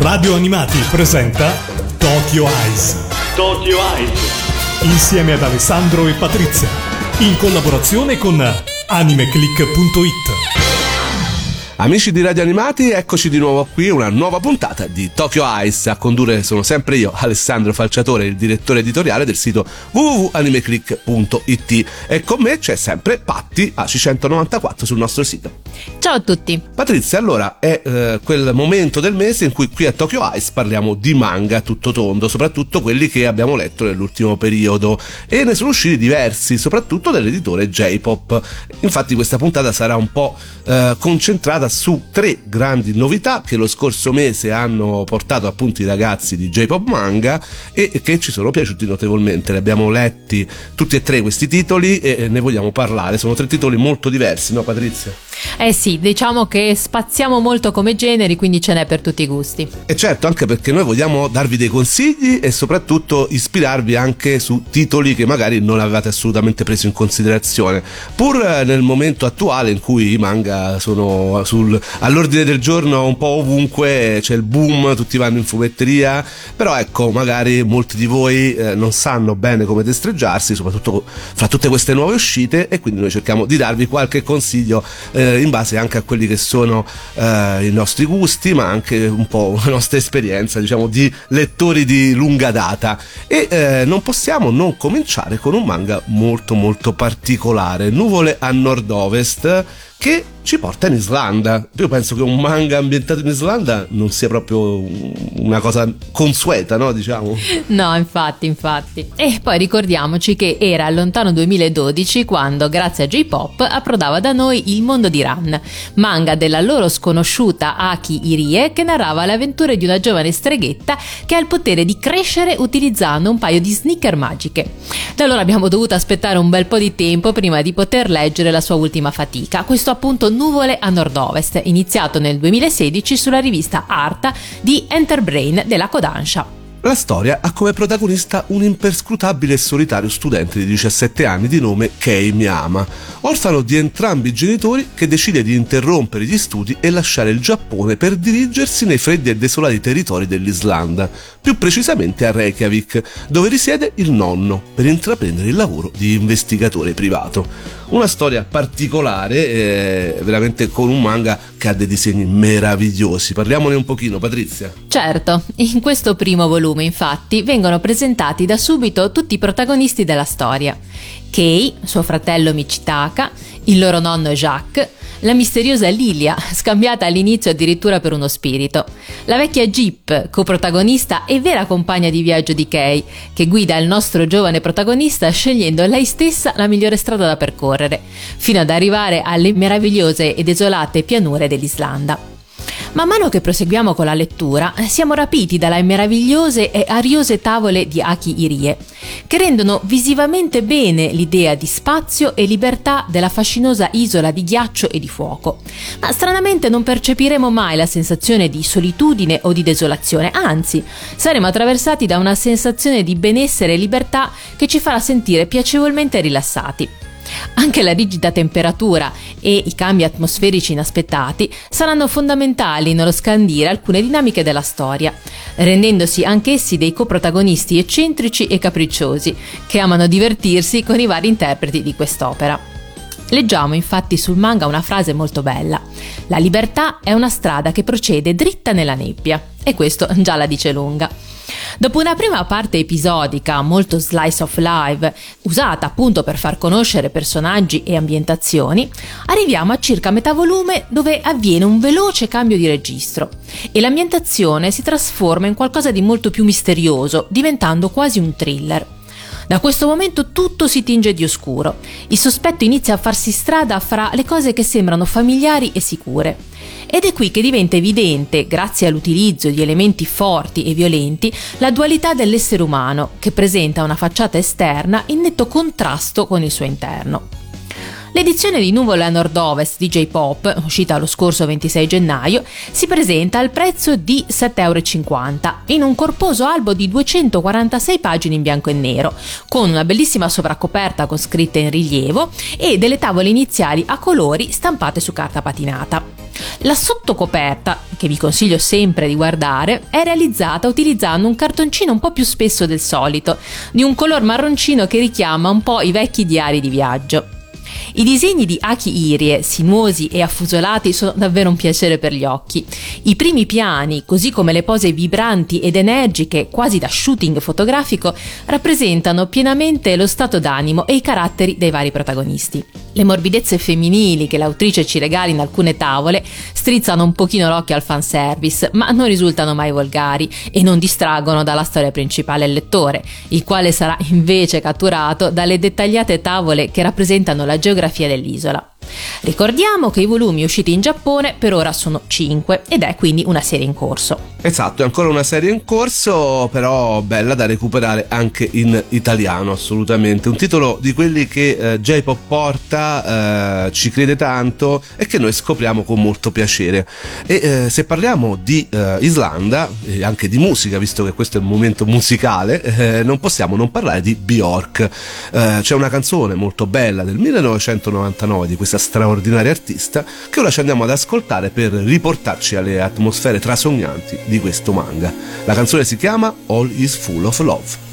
Radio Animati presenta Tokyo Eyes. Tokyo Eyes. Insieme ad Alessandro e Patrizia. In collaborazione con animeclick.it. Amici di Radio Animati, eccoci di nuovo qui, una nuova puntata di Tokyo Eyes. A condurre sono sempre io, Alessandro Falciatore, il direttore editoriale del sito www.animeclick.it, e con me c'è sempre Patti AC194 sul nostro sito. Ciao a tutti. Patrizia, allora è quel momento del mese in cui qui a Tokyo Eyes parliamo di manga a tutto tondo, soprattutto quelli che abbiamo letto nell'ultimo periodo, e ne sono usciti diversi, soprattutto dell'editore J-Pop. Infatti questa puntata sarà un po' concentrata su 3 grandi novità che lo scorso mese hanno portato appunto i ragazzi di J-Pop Manga e che ci sono piaciuti notevolmente. Li abbiamo letti tutti e 3 questi titoli e ne vogliamo parlare. Sono 3 titoli molto diversi, no Patrizia? Sì, diciamo che spaziamo molto come generi, quindi ce n'è per tutti i gusti. E certo, anche perché noi vogliamo darvi dei consigli e soprattutto ispirarvi anche su titoli che magari non avevate assolutamente preso in considerazione, pur nel momento attuale in cui i manga sono all'ordine del giorno un po' ovunque, c'è il boom, tutti vanno in fumetteria, però ecco, magari molti di voi non sanno bene come destreggiarsi, soprattutto fra tutte queste nuove uscite, e quindi noi cerchiamo di darvi qualche consiglio in base anche a quelli che sono i nostri gusti, ma anche un po' la nostra esperienza, diciamo, di lettori di lunga data. E non possiamo non cominciare con un manga molto molto particolare, Nuvole a Nord-Ovest, che ci porta in Islanda. Io penso che un manga ambientato in Islanda non sia proprio una cosa consueta, no? Diciamo. No, infatti. E poi ricordiamoci che era al lontano 2012 quando, grazie a J-Pop, approdava da noi Il mondo di Ran, manga della loro sconosciuta Aki Irie, che narrava le avventure di una giovane streghetta che ha il potere di crescere utilizzando un paio di sneaker magiche. Da allora abbiamo dovuto aspettare un bel po' di tempo prima di poter leggere la sua ultima fatica. Questo appunto Nuvole a Nord-Ovest, iniziato nel 2016 sulla rivista Arta di Enterbrain della Kodansha. La storia ha come protagonista un imperscrutabile e solitario studente di 17 anni di nome Kei Miyama, orfano di entrambi i genitori, che decide di interrompere gli studi e lasciare il Giappone per dirigersi nei freddi e desolati territori dell'Islanda, più precisamente a Reykjavik, dove risiede il nonno, per intraprendere il lavoro di investigatore privato. Una storia particolare, veramente, con un manga che ha dei disegni meravigliosi. Parliamone un pochino, Patrizia. Certo, in questo primo volume infatti vengono presentati da subito tutti i protagonisti della storia: Kei, suo fratello Michitaka, il loro nonno Jacques, la misteriosa Lilia, scambiata all'inizio addirittura per uno spirito, la vecchia Jeep, coprotagonista e vera compagna di viaggio di Kei, che guida il nostro giovane protagonista scegliendo lei stessa la migliore strada da percorrere, fino ad arrivare alle meravigliose e desolate pianure dell'Islanda. Man mano che proseguiamo con la lettura, siamo rapiti dalle meravigliose e ariose tavole di Aki Irie, che rendono visivamente bene l'idea di spazio e libertà della fascinosa isola di ghiaccio e di fuoco. Ma stranamente non percepiremo mai la sensazione di solitudine o di desolazione, anzi, saremo attraversati da una sensazione di benessere e libertà che ci farà sentire piacevolmente rilassati. Anche la rigida temperatura e i cambi atmosferici inaspettati saranno fondamentali nello scandire alcune dinamiche della storia, rendendosi anch'essi dei coprotagonisti eccentrici e capricciosi che amano divertirsi con i vari interpreti di quest'opera. Leggiamo infatti sul manga una frase molto bella: la libertà è una strada che procede dritta nella nebbia, e questo già la dice lunga. Dopo una prima parte episodica molto slice of life, usata appunto per far conoscere personaggi e ambientazioni, arriviamo a circa metà volume, dove avviene un veloce cambio di registro e l'ambientazione si trasforma in qualcosa di molto più misterioso, diventando quasi un thriller. Da questo momento tutto si tinge di oscuro. Il sospetto inizia a farsi strada fra le cose che sembrano familiari e sicure. Ed è qui che diventa evidente, grazie all'utilizzo di elementi forti e violenti, la dualità dell'essere umano, che presenta una facciata esterna in netto contrasto con il suo interno. L'edizione di Nuvole a Nord-Ovest di J-Pop, uscita lo scorso 26 gennaio, si presenta al prezzo di €7,50 in un corposo albo di 246 pagine in bianco e nero, con una bellissima sovraccoperta con scritte in rilievo e delle tavole iniziali a colori stampate su carta patinata. La sottocoperta, che vi consiglio sempre di guardare, è realizzata utilizzando un cartoncino un po' più spesso del solito, di un color marroncino che richiama un po' i vecchi diari di viaggio. I disegni di Aki Irie, sinuosi e affusolati, sono davvero un piacere per gli occhi. I primi piani, così come le pose vibranti ed energiche, quasi da shooting fotografico, rappresentano pienamente lo stato d'animo e i caratteri dei vari protagonisti. Le morbidezze femminili che l'autrice ci regala in alcune tavole strizzano un pochino l'occhio al fanservice, ma non risultano mai volgari e non distraggono dalla storia principale il lettore, il quale sarà invece catturato dalle dettagliate tavole che rappresentano la geografia dell'isola. Ricordiamo che i volumi usciti in Giappone per ora sono 5 ed è quindi una serie in corso. Esatto, è ancora una serie in corso, però bella da recuperare anche in italiano, assolutamente. Un titolo di quelli che J-Pop porta, ci crede tanto e che noi scopriamo con molto piacere. E se parliamo di Islanda e anche di musica, visto che questo è il momento musicale, non possiamo non parlare di Björk. C'è una canzone molto bella del 1999 di questa straordinaria artista che ora ci andiamo ad ascoltare per riportarci alle atmosfere trasognanti di questo manga. La canzone si chiama All is Full of Love.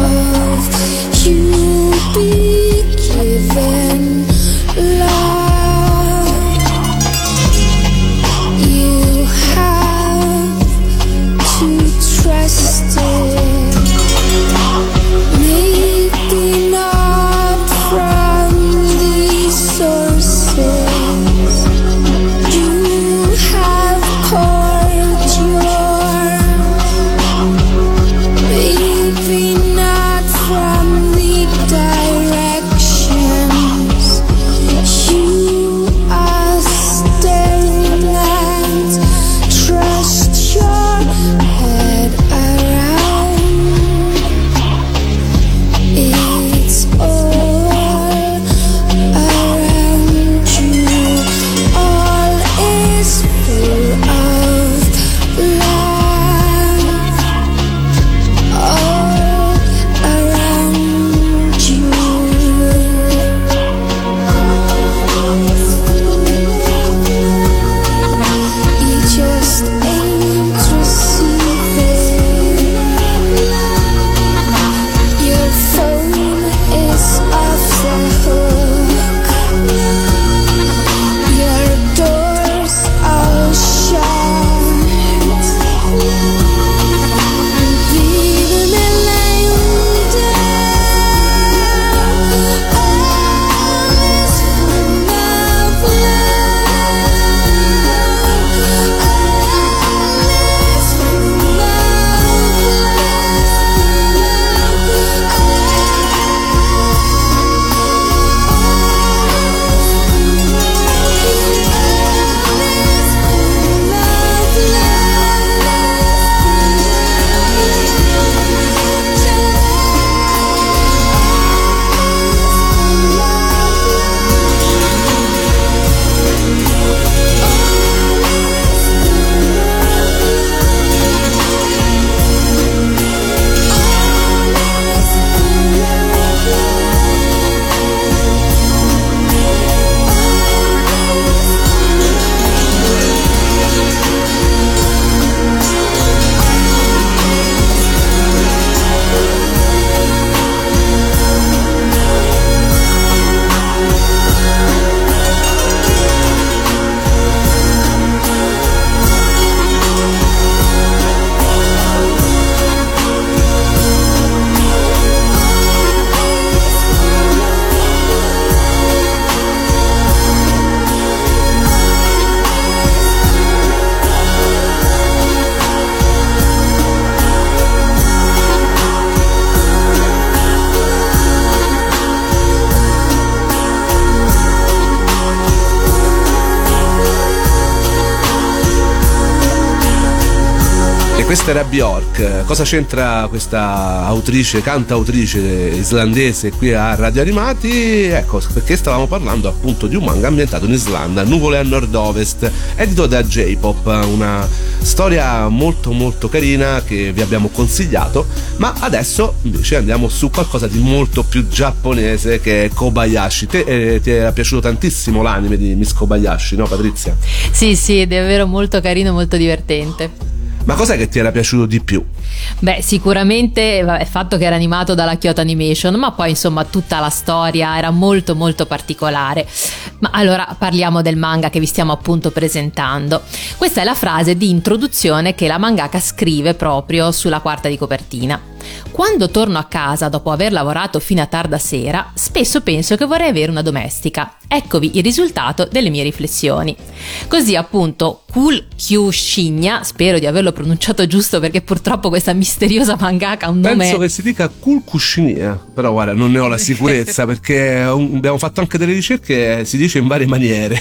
Given life. Questa era Björk. Cosa c'entra questa autrice, cantautrice islandese qui a Radio Animati? Ecco, perché stavamo parlando appunto di un manga ambientato in Islanda, Nuvole a nord-ovest, edito da J-Pop, una storia molto molto carina che vi abbiamo consigliato, ma adesso invece andiamo su qualcosa di molto più giapponese, che è Kobayashi. Ti era piaciuto tantissimo l'anime di Miss Kobayashi, no Patrizia? Sì, è davvero molto carino, molto divertente. Ma cos'è che ti era piaciuto di più? Beh, sicuramente il fatto che era animato dalla Kyoto Animation, ma poi insomma tutta la storia era molto molto particolare. Ma allora parliamo del manga che vi stiamo appunto presentando. Questa è la frase di introduzione che la mangaka scrive proprio sulla quarta di copertina. Quando torno a casa dopo aver lavorato fino a tarda sera, spesso penso che vorrei avere una domestica. Eccovi il risultato delle mie riflessioni. Così appunto Kul Kyu Shinya, spero di averlo pronunciato giusto perché purtroppo questa misteriosa mangaka ha un nome... Penso che si dica Kulkushinia, però guarda, non ne ho la sicurezza perché abbiamo fatto anche delle ricerche e si dice in varie maniere.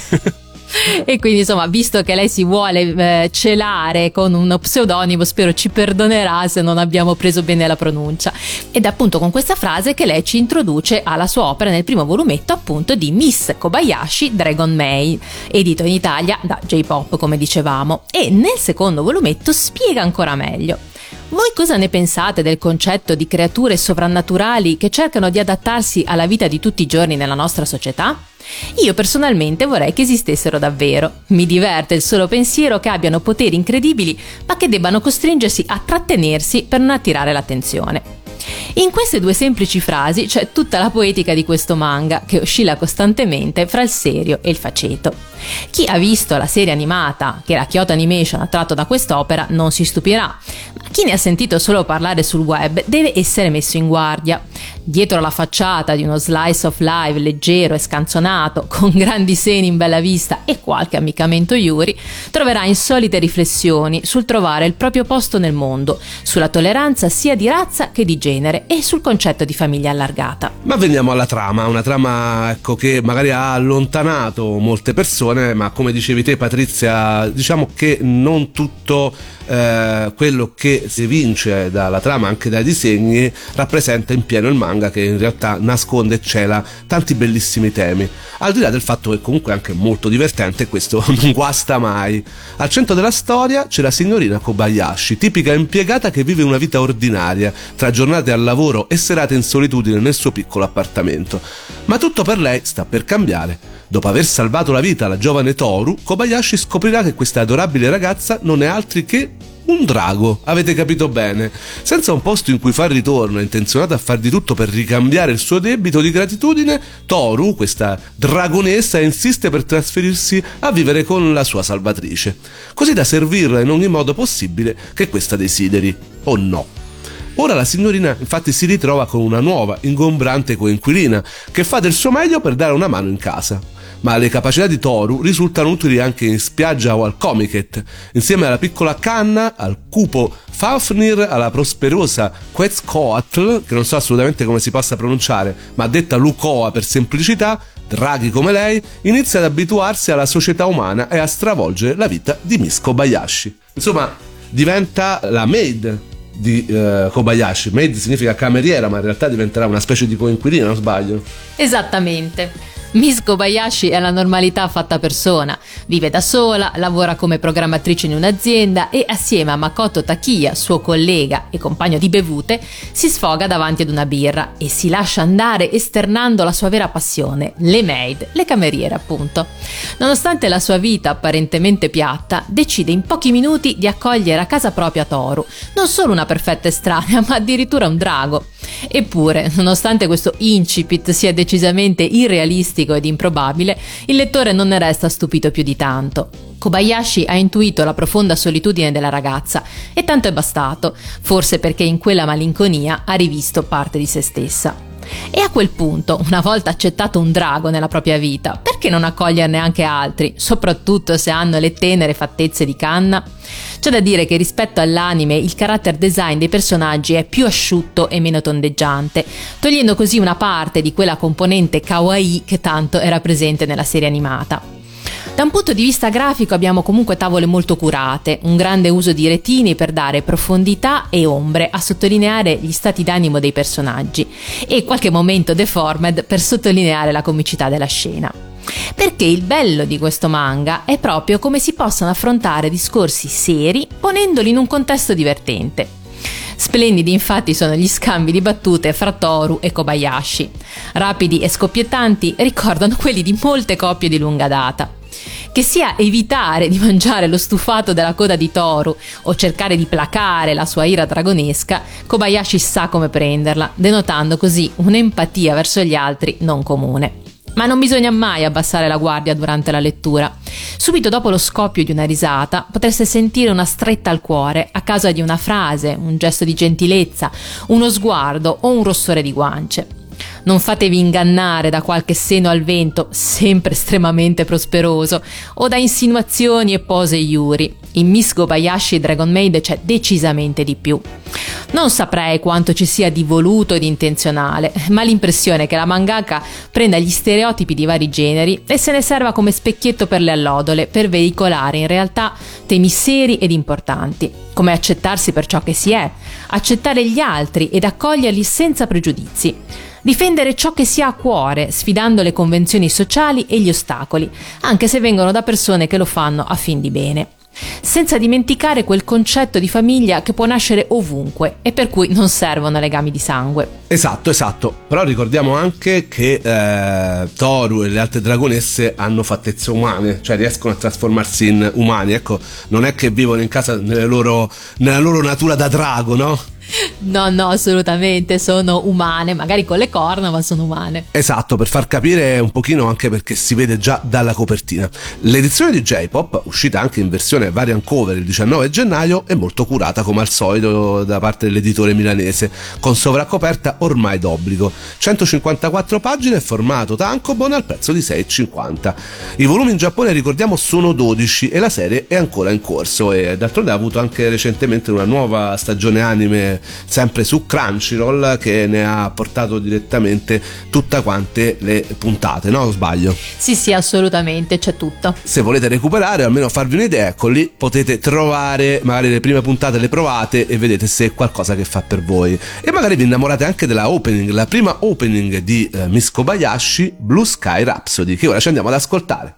E quindi insomma, visto che lei si vuole celare con uno pseudonimo, spero ci perdonerà se non abbiamo preso bene la pronuncia. Ed è appunto con questa frase che lei ci introduce alla sua opera nel primo volumetto appunto di Miss Kobayashi Dragon Maid, edito in Italia da J-Pop come dicevamo, e nel secondo volumetto spiega ancora meglio. Voi cosa ne pensate del concetto di creature sovrannaturali che cercano di adattarsi alla vita di tutti i giorni nella nostra società? Io personalmente vorrei che esistessero davvero. Mi diverte il solo pensiero che abbiano poteri incredibili, ma che debbano costringersi a trattenersi per non attirare l'attenzione. In queste due semplici frasi c'è tutta la poetica di questo manga, che oscilla costantemente fra il serio e il faceto. Chi ha visto la serie animata che la Kyoto Animation ha tratto da quest'opera non si stupirà, ma chi ne ha sentito solo parlare sul web deve essere messo in guardia. Dietro la facciata di uno slice of life leggero e scanzonato, con grandi seni in bella vista e qualche ammiccamento yuri, troverà insolite riflessioni sul trovare il proprio posto nel mondo, sulla tolleranza sia di razza che di genere e sul concetto di famiglia allargata. Ma veniamo alla trama, una trama ecco che magari ha allontanato molte persone, ma come dicevi te Patrizia, diciamo che non tutto quello che si evince dalla trama, anche dai disegni, rappresenta in pieno il manga, che in realtà nasconde e cela tanti bellissimi temi, al di là del fatto che comunque è anche molto divertente e questo non guasta mai. Al centro della storia c'è la signorina Kobayashi, tipica impiegata che vive una vita ordinaria tra giornate al lavoro e serate in solitudine nel suo piccolo appartamento, ma tutto per lei sta per cambiare. Dopo aver salvato la vita alla giovane Toru, Kobayashi scoprirà che questa adorabile ragazza non è altri che un drago, avete capito bene. Senza un posto in cui far ritorno e intenzionata a far di tutto per ricambiare il suo debito di gratitudine, Toru, questa dragonessa, insiste per trasferirsi a vivere con la sua salvatrice, così da servirla in ogni modo possibile che questa desideri, o no. Ora la signorina infatti si ritrova con una nuova, ingombrante coinquilina che fa del suo meglio per dare una mano in casa. Ma le capacità di Toru risultano utili anche in spiaggia o al Comiket, insieme alla piccola Kanna, al cupo Fafnir, alla prosperosa Quetzalcoatl, che non so assolutamente come si possa pronunciare, ma detta Lucoa per semplicità. Draghi come lei, inizia ad abituarsi alla società umana e a stravolgere la vita di Miss Kobayashi. Insomma, diventa la maid di Kobayashi. Maid significa cameriera, ma in realtà diventerà una specie di coinquilina, non sbaglio? Esattamente. Miss Kobayashi è la normalità fatta persona, vive da sola, lavora come programmatrice in un'azienda e assieme a Makoto Takiya, suo collega e compagno di bevute, si sfoga davanti ad una birra e si lascia andare esternando la sua vera passione, le maid, le cameriere appunto. Nonostante la sua vita apparentemente piatta, decide in pochi minuti di accogliere a casa propria Toru, non solo una perfetta estranea ma addirittura un drago. Eppure, nonostante questo incipit sia decisamente irrealistico ed improbabile, il lettore non ne resta stupito più di tanto. Kobayashi ha intuito la profonda solitudine della ragazza e tanto è bastato, forse perché in quella malinconia ha rivisto parte di se stessa. E a quel punto, una volta accettato un drago nella propria vita, perché non accoglierne anche altri, soprattutto se hanno le tenere fattezze di Kanna? C'è da dire che rispetto all'anime il character design dei personaggi è più asciutto e meno tondeggiante, togliendo così una parte di quella componente kawaii che tanto era presente nella serie animata. Da un punto di vista grafico abbiamo comunque tavole molto curate, un grande uso di retini per dare profondità e ombre a sottolineare gli stati d'animo dei personaggi e qualche momento deformed per sottolineare la comicità della scena. Perché il bello di questo manga è proprio come si possano affrontare discorsi seri ponendoli in un contesto divertente. Splendidi infatti sono gli scambi di battute fra Toru e Kobayashi. Rapidi e scoppiettanti, ricordano quelli di molte coppie di lunga data. Che sia evitare di mangiare lo stufato della coda di Toru o cercare di placare la sua ira dragonesca, Kobayashi sa come prenderla, denotando così un'empatia verso gli altri non comune. Ma non bisogna mai abbassare la guardia durante la lettura. Subito dopo lo scoppio di una risata potreste sentire una stretta al cuore a causa di una frase, un gesto di gentilezza, uno sguardo o un rossore di guance. Non fatevi ingannare da qualche seno al vento, sempre estremamente prosperoso, o da insinuazioni e pose yuri. In Miss Kobayashi e Dragon Maid c'è decisamente di più. Non saprei quanto ci sia di voluto ed intenzionale, ma l'impressione è che la mangaka prenda gli stereotipi di vari generi e se ne serva come specchietto per le allodole per veicolare in realtà temi seri ed importanti, come accettarsi per ciò che si è, accettare gli altri ed accoglierli senza pregiudizi. Difendere ciò che si ha a cuore, sfidando le convenzioni sociali e gli ostacoli, anche se vengono da persone che lo fanno a fin di bene. Senza dimenticare quel concetto di famiglia che può nascere ovunque e per cui non servono legami di sangue. Esatto. Però ricordiamo anche che Toru e le altre dragonesse hanno fattezze umane, cioè riescono a trasformarsi in umani. Ecco, non è che vivono in casa nella loro natura da drago, no? No, assolutamente, sono umane, magari con le corna, ma sono umane. Esatto, per far capire un pochino anche perché si vede già dalla copertina. L'edizione di J-Pop, uscita anche in versione variant cover il 19 gennaio, è molto curata come al solito da parte dell'editore milanese, con sovraccoperta ormai d'obbligo, 154 pagine, formato tankobon al prezzo di 6,50. I volumi in Giappone, ricordiamo, sono 12 e la serie è ancora in corso e d'altronde ha avuto anche recentemente una nuova stagione anime sempre su Crunchyroll che ne ha portato direttamente tutte quante le puntate, no? O sbaglio? Sì, assolutamente, c'è tutto. Se volete recuperare o almeno farvi un'idea, ecco lì potete trovare magari le prime puntate, le provate e vedete se è qualcosa che fa per voi e magari vi innamorate anche della opening, la prima opening di Miss Kobayashi, Blue Sky Rhapsody, che ora ci andiamo ad ascoltare.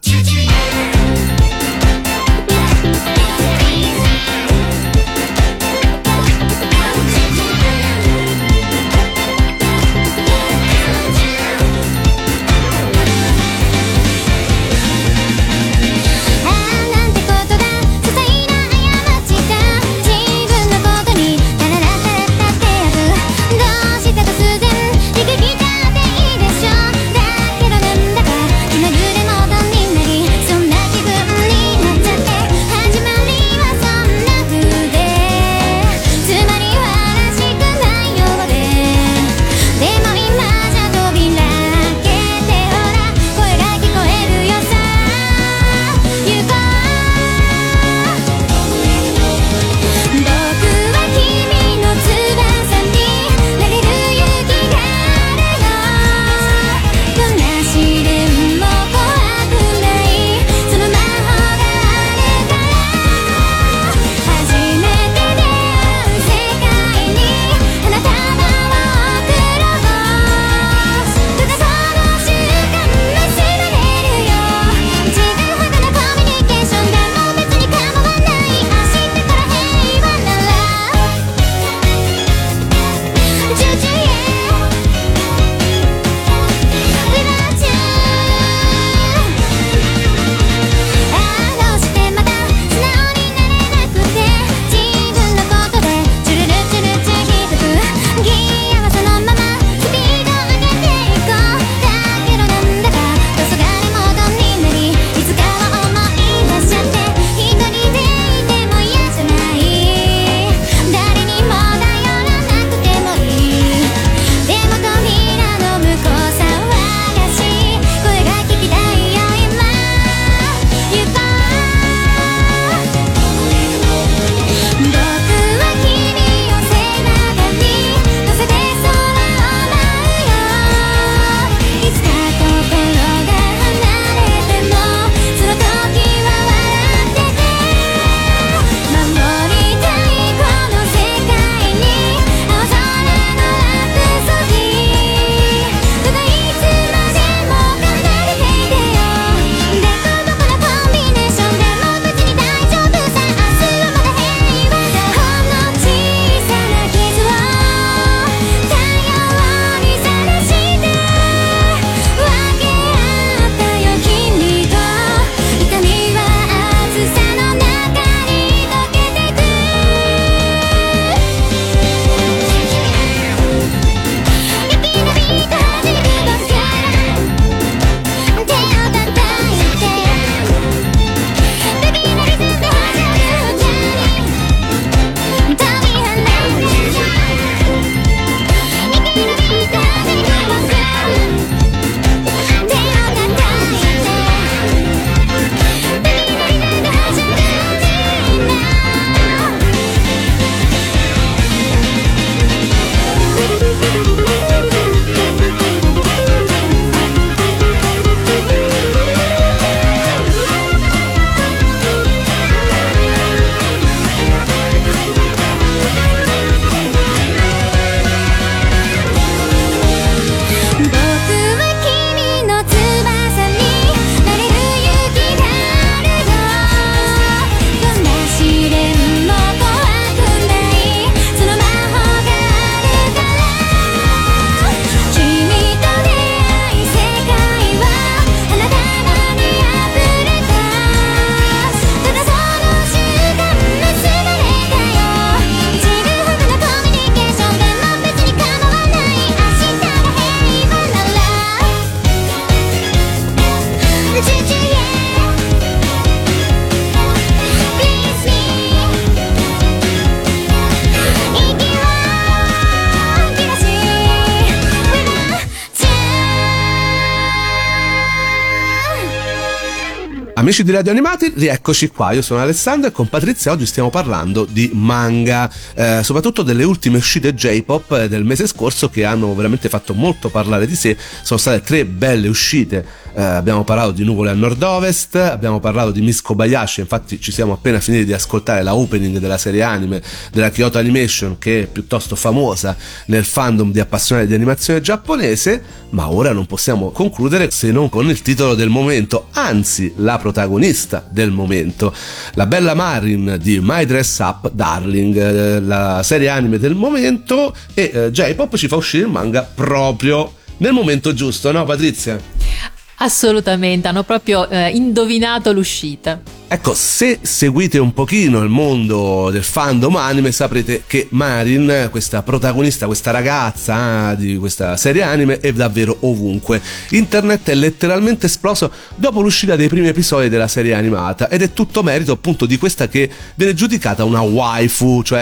Amici di Radio Animati, rieccoci qua, io sono Alessandro e con Patrizia oggi stiamo parlando di manga, soprattutto delle ultime uscite J-pop del mese scorso che hanno veramente fatto molto parlare di sé. Sono state 3 belle uscite, abbiamo parlato di Nuvole a Nord-Ovest, abbiamo parlato di Miss Kobayashi, infatti ci siamo appena finiti di ascoltare la opening della serie anime della Kyoto Animation, che è piuttosto famosa nel fandom di appassionati di animazione giapponese, ma ora non possiamo concludere se non con il titolo del momento, anzi la protagonista del momento, la bella Marin di My Dress Up Darling, la serie anime del momento, e J-pop ci fa uscire il manga proprio nel momento giusto, no Patrizia? Assolutamente, hanno proprio indovinato l'uscita. Ecco, se seguite un pochino il mondo del fandom anime saprete che Marin, questa protagonista, questa ragazza di questa serie anime, è davvero ovunque. Internet è letteralmente esploso dopo l'uscita dei primi episodi della serie animata ed è tutto merito appunto di questa che viene giudicata una waifu, cioè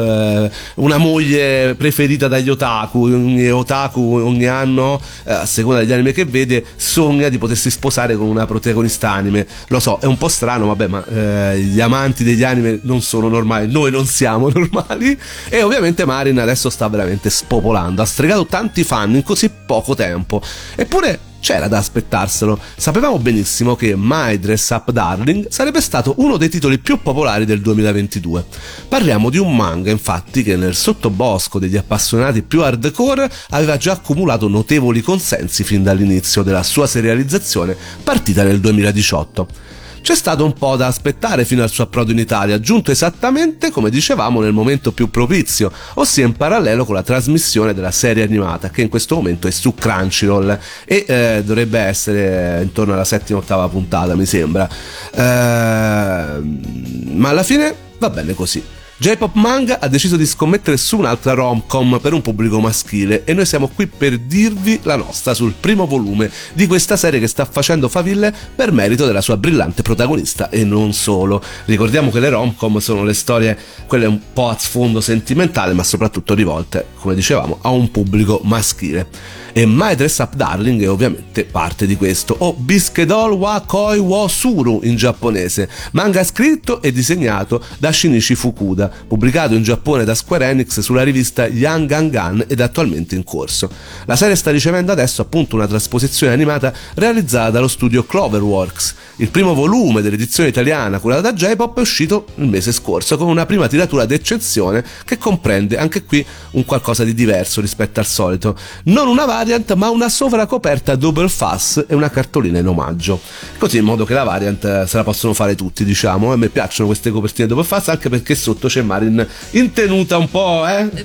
una moglie preferita dagli otaku. Ogni otaku ogni anno, a seconda degli anime che vede, sogna di potersi sposare con una protagonista anime. Lo so, è un po' strano, vabbè, ma gli amanti degli anime non sono normali, noi non siamo normali, e ovviamente Marin adesso sta veramente spopolando, ha stregato tanti fan in così poco tempo, eppure c'era da aspettarselo. Sapevamo benissimo che My Dress Up Darling sarebbe stato uno dei titoli più popolari del 2022. Parliamo di un manga, infatti, che nel sottobosco degli appassionati più hardcore aveva già accumulato notevoli consensi fin dall'inizio della sua serializzazione, partita nel 2018. C'è stato un po' da aspettare fino al suo approdo in Italia, giunto esattamente, come dicevamo, nel momento più propizio, ossia in parallelo con la trasmissione della serie animata, che in questo momento è su Crunchyroll e dovrebbe essere intorno alla 7ª-8ª puntata, mi sembra. Ma alla fine va bene così. J-Pop Manga ha deciso di scommettere su un'altra rom-com per un pubblico maschile e noi siamo qui per dirvi la nostra sul primo volume di questa serie che sta facendo faville per merito della sua brillante protagonista e non solo. Ricordiamo che le rom-com sono le storie, quelle un po' a sfondo sentimentale, ma soprattutto rivolte, come dicevamo, a un pubblico maschile. E My Dress Up Darling è ovviamente parte di questo, o Biskedol wa Koi wo Suru in giapponese, manga scritto e disegnato da Shinichi Fukuda, pubblicato in Giappone da Square Enix sulla rivista Young Gangan ed attualmente in corso. La serie sta ricevendo adesso appunto una trasposizione animata realizzata dallo studio Cloverworks. Il primo volume dell'edizione italiana curata da J-Pop è uscito il mese scorso con una prima tiratura d'eccezione che comprende anche qui un qualcosa di diverso rispetto al solito, non una variant ma una sovracoperta double fuss e una cartolina in omaggio, così in modo che la variant se la possono fare tutti, diciamo. A me piacciono queste copertine double fuss anche perché sotto c'è Marin in tenuta un po'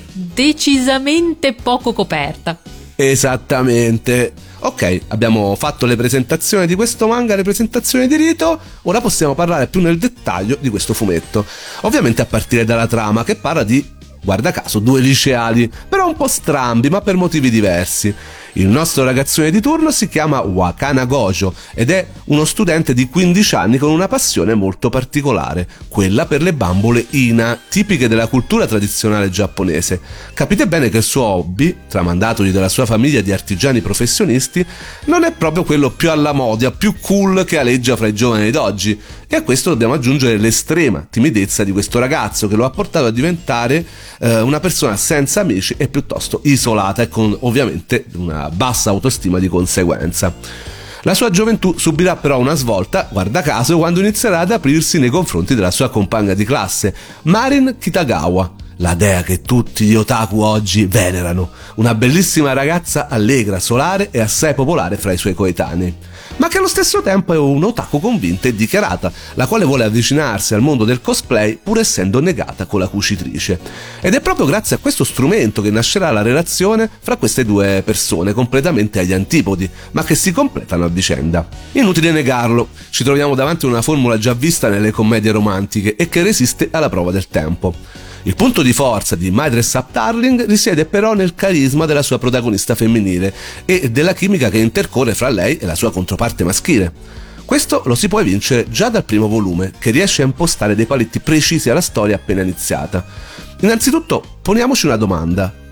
decisamente poco coperta. Esattamente. Ok, abbiamo fatto le presentazioni di questo manga, le presentazioni di rito, ora possiamo parlare più nel dettaglio di questo fumetto. Ovviamente a partire dalla trama, che parla di, guarda caso, 2 liceali, però un po' strambi, ma per motivi diversi. Il nostro ragazzone di turno si chiama Wakana Gojo ed è uno studente di 15 anni con una passione molto particolare, quella per le bambole Ina, tipiche della cultura tradizionale giapponese. Capite bene che il suo hobby, tramandatogli dalla sua famiglia di artigiani professionisti, non è proprio quello più alla moda, più cool che aleggia fra i giovani d'oggi. E a questo dobbiamo aggiungere l'estrema timidezza di questo ragazzo che lo ha portato a diventare una persona senza amici e piuttosto isolata e con ovviamente una bassa autostima di conseguenza. La sua gioventù subirà però una svolta, guarda caso, quando inizierà ad aprirsi nei confronti della sua compagna di classe, Marin Kitagawa, la dea che tutti gli otaku oggi venerano, una bellissima ragazza allegra, solare e assai popolare fra i suoi coetanei, ma che allo stesso tempo è un otaku convinta e dichiarata, la quale vuole avvicinarsi al mondo del cosplay pur essendo negata con la cucitrice. Ed è proprio grazie a questo strumento che nascerà la relazione fra queste 2 persone completamente agli antipodi, ma che si completano a vicenda. Inutile negarlo, ci troviamo davanti a una formula già vista nelle commedie romantiche e che resiste alla prova del tempo. Il punto di forza di My Dress Up Darling risiede però nel carisma della sua protagonista femminile e della chimica che intercorre fra lei e la sua controparte maschile. Questo lo si può evincere già dal primo volume, che riesce a impostare dei paletti precisi alla storia appena iniziata. Innanzitutto, poniamoci una domanda.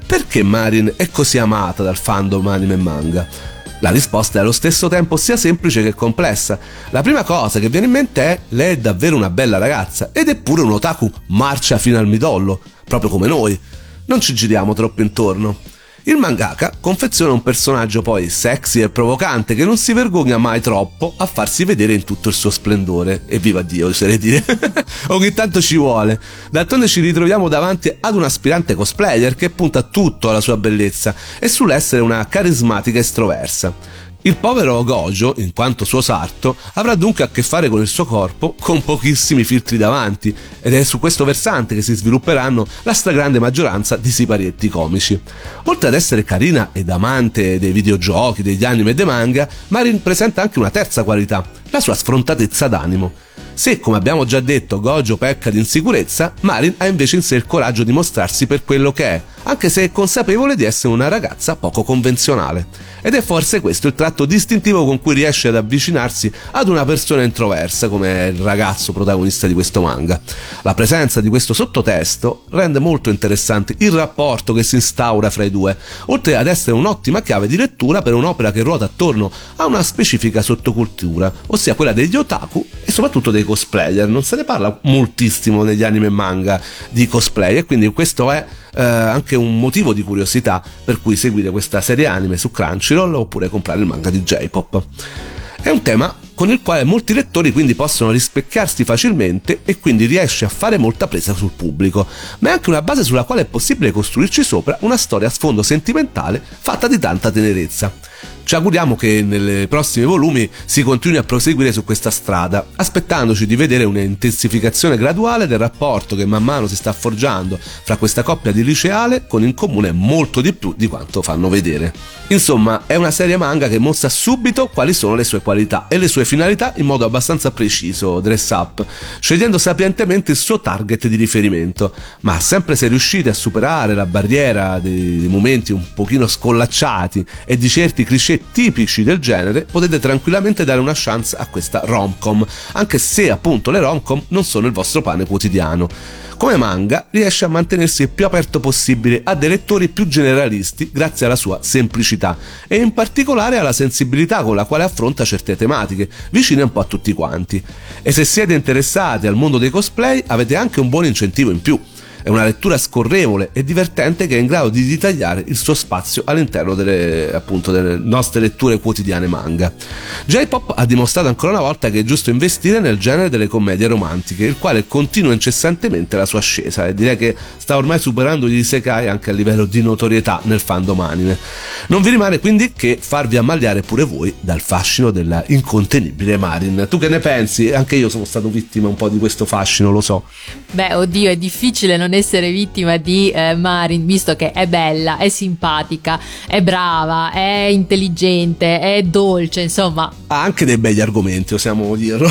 perché Marin è così amata dal fandom anime e manga? La risposta è allo stesso tempo sia semplice che complessa. La prima cosa che viene in mente è: lei è davvero una bella ragazza ed è pure un otaku marcia fino al midollo, proprio come noi. Non ci giriamo troppo intorno. Il mangaka confeziona un personaggio poi sexy e provocante che non si vergogna mai troppo a farsi vedere in tutto il suo splendore. E viva Dio, oserei dire. Ogni tanto ci vuole. D'altronde ci ritroviamo davanti ad un aspirante cosplayer che punta tutto alla sua bellezza e sull'essere una carismatica estroversa. Il povero Gojo, in quanto suo sarto, avrà dunque a che fare con il suo corpo con pochissimi filtri davanti, ed è su questo versante che si svilupperanno la stragrande maggioranza di siparietti comici. Oltre ad essere carina ed amante dei videogiochi, degli anime e dei manga, Marin presenta anche una terza qualità: la sua sfrontatezza d'animo. Se, come abbiamo già detto, Gojo pecca di insicurezza, Marin ha invece in sé il coraggio di mostrarsi per quello che è, anche se è consapevole di essere una ragazza poco convenzionale. Ed è forse questo il tratto distintivo con cui riesce ad avvicinarsi ad una persona introversa, come il ragazzo protagonista di questo manga. La presenza di questo sottotesto rende molto interessante il rapporto che si instaura fra i due, oltre ad essere un'ottima chiave di lettura per un'opera che ruota attorno a una specifica sottocultura, ossia quella degli otaku e soprattutto dei cosplayer. Non se ne parla moltissimo negli anime e manga di cosplay, e quindi questo è anche un motivo di curiosità per cui seguire questa serie anime su Crunchyroll oppure comprare il manga di J-Pop. È un tema con il quale molti lettori quindi possono rispecchiarsi facilmente e quindi riesce a fare molta presa sul pubblico, ma è anche una base sulla quale è possibile costruirci sopra una storia a sfondo sentimentale fatta di tanta tenerezza. Ci auguriamo che nei prossimi volumi si continui a proseguire su questa strada, aspettandoci di vedere un'intensificazione graduale del rapporto che man mano si sta forgiando fra questa coppia di liceale, con in comune molto di più di quanto fanno vedere. Insomma, è una serie manga che mostra subito quali sono le sue qualità e le sue finalità in modo abbastanza preciso, dress up, scegliendo sapientemente il suo target di riferimento, ma sempre se riuscite a superare la barriera dei momenti un pochino scollacciati e di certi cliché tipici del genere, potete tranquillamente dare una chance a questa rom-com, anche se appunto le rom-com non sono il vostro pane quotidiano. Come manga riesce a mantenersi il più aperto possibile a dei lettori più generalisti grazie alla sua semplicità e in particolare alla sensibilità con la quale affronta certe tematiche, vicine un po' a tutti quanti. E se siete interessati al mondo dei cosplay avete anche un buon incentivo in più. È una lettura scorrevole e divertente che è in grado di ritagliare il suo spazio all'interno delle nostre letture quotidiane manga. J-Pop ha dimostrato ancora una volta che è giusto investire nel genere delle commedie romantiche, il quale continua incessantemente la sua ascesa e direi che sta ormai superando gli isekai anche a livello di notorietà nel fandom anime. Non vi rimane quindi che farvi ammaliare pure voi dal fascino della incontenibile Marin. Tu che ne pensi? Anche io sono stato vittima un po' di questo fascino, lo so. Beh, oddio, è difficile non essere vittima di Marin, visto che è bella, è simpatica, è brava, è intelligente, è dolce, insomma. Ha anche dei begli argomenti, osiamo dirlo.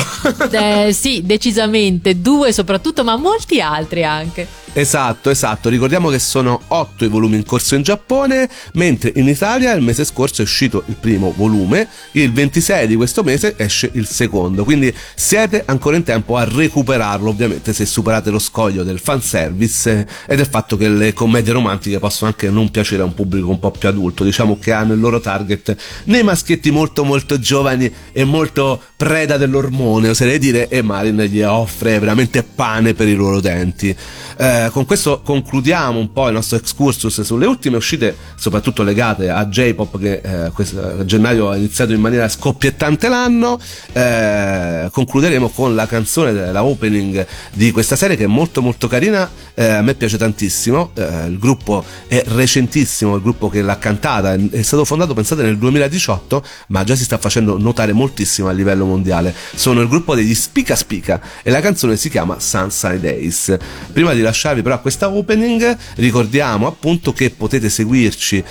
Sì, decisamente, 2 soprattutto, ma molti altri anche. Esatto, ricordiamo che sono 8 i volumi in corso in Giappone, mentre in Italia il mese scorso è uscito il primo volume, il 26 di questo mese esce il secondo, quindi siete ancora in tempo a recuperarlo, ovviamente se superate lo scoglio del fanservice e del fatto che le commedie romantiche possono anche non piacere a un pubblico un po' più adulto, diciamo che hanno il loro target nei maschietti molto molto giovani e molto preda dell'ormone, oserei dire, e Marin gli offre veramente pane per i loro denti. Con questo concludiamo un po' il nostro excursus sulle ultime uscite, soprattutto legate a J-Pop, che a gennaio ha iniziato in maniera scoppiettante l'anno. Concluderemo con la canzone della opening di questa serie, che è molto molto carina, a me piace tantissimo. Il gruppo è recentissimo, il gruppo che l'ha cantata è stato fondato, pensate, nel 2018, ma già si sta facendo notare moltissimo a livello mondiale. Sono il gruppo degli Spica Spica e la canzone si chiama Sunshine Days. Prima di lasciarvi però a questa opening, ricordiamo appunto che potete seguirci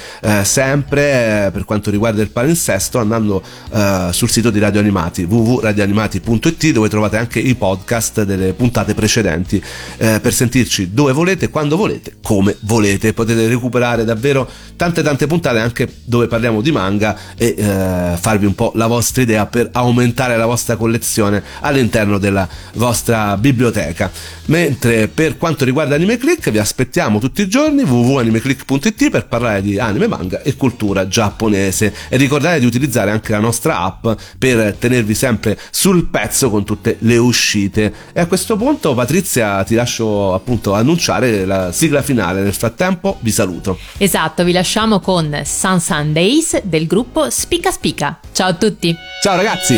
sempre per quanto riguarda il palinsesto andando sul sito di Radio Animati, www.radioanimati.it, dove trovate anche i podcast delle puntate precedenti per sentirci dove volete, quando volete, come volete. Potete recuperare davvero tante puntate anche dove parliamo di manga e farvi un po' la vostra idea per aumentare completare la vostra collezione all'interno della vostra biblioteca. Mentre per quanto riguarda Anime Click, vi aspettiamo tutti i giorni www.animeclick.it per parlare di anime, manga e cultura giapponese, e ricordate di utilizzare anche la nostra app per tenervi sempre sul pezzo con tutte le uscite. E a questo punto, Patrizia, ti lascio appunto annunciare la sigla finale. Nel frattempo vi saluto. Esatto, vi lasciamo con Sun Sundays del gruppo Spica Spica. Ciao a tutti. Ciao ragazzi.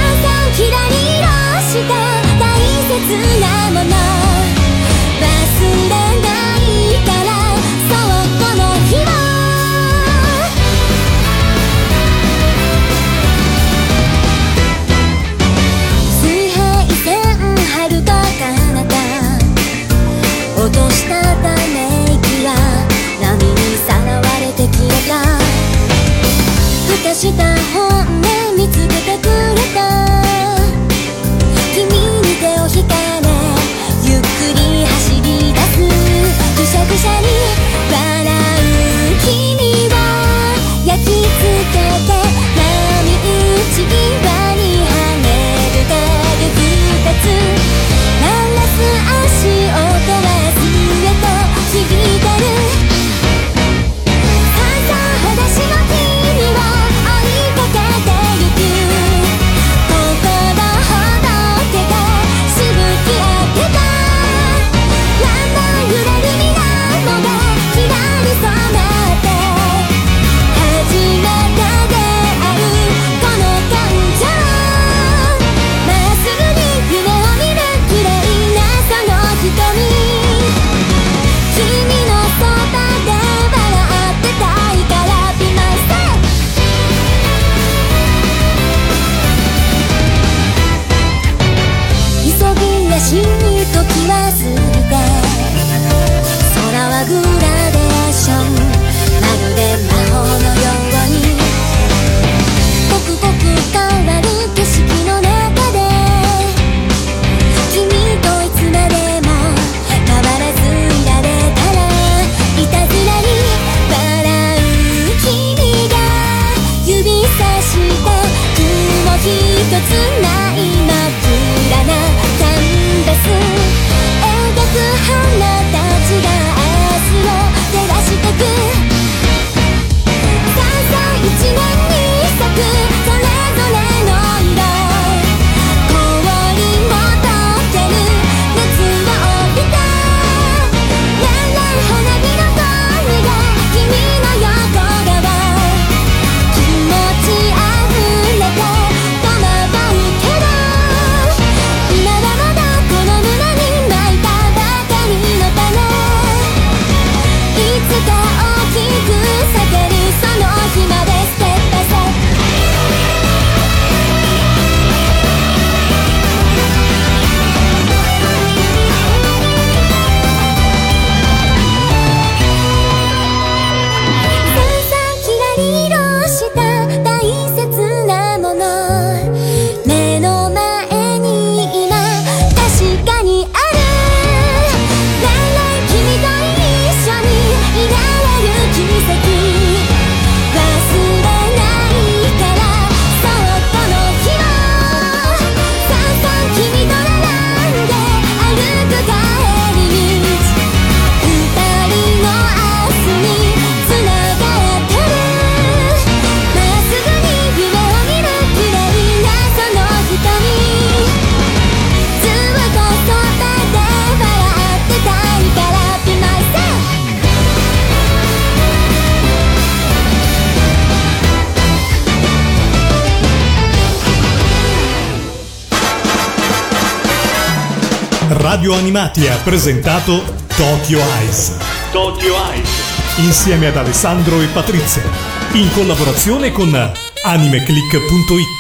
Radio Animati ha presentato Tokyo Eyes. Tokyo Eyes. Insieme ad Alessandro e Patrizia. In collaborazione con animeclick.it.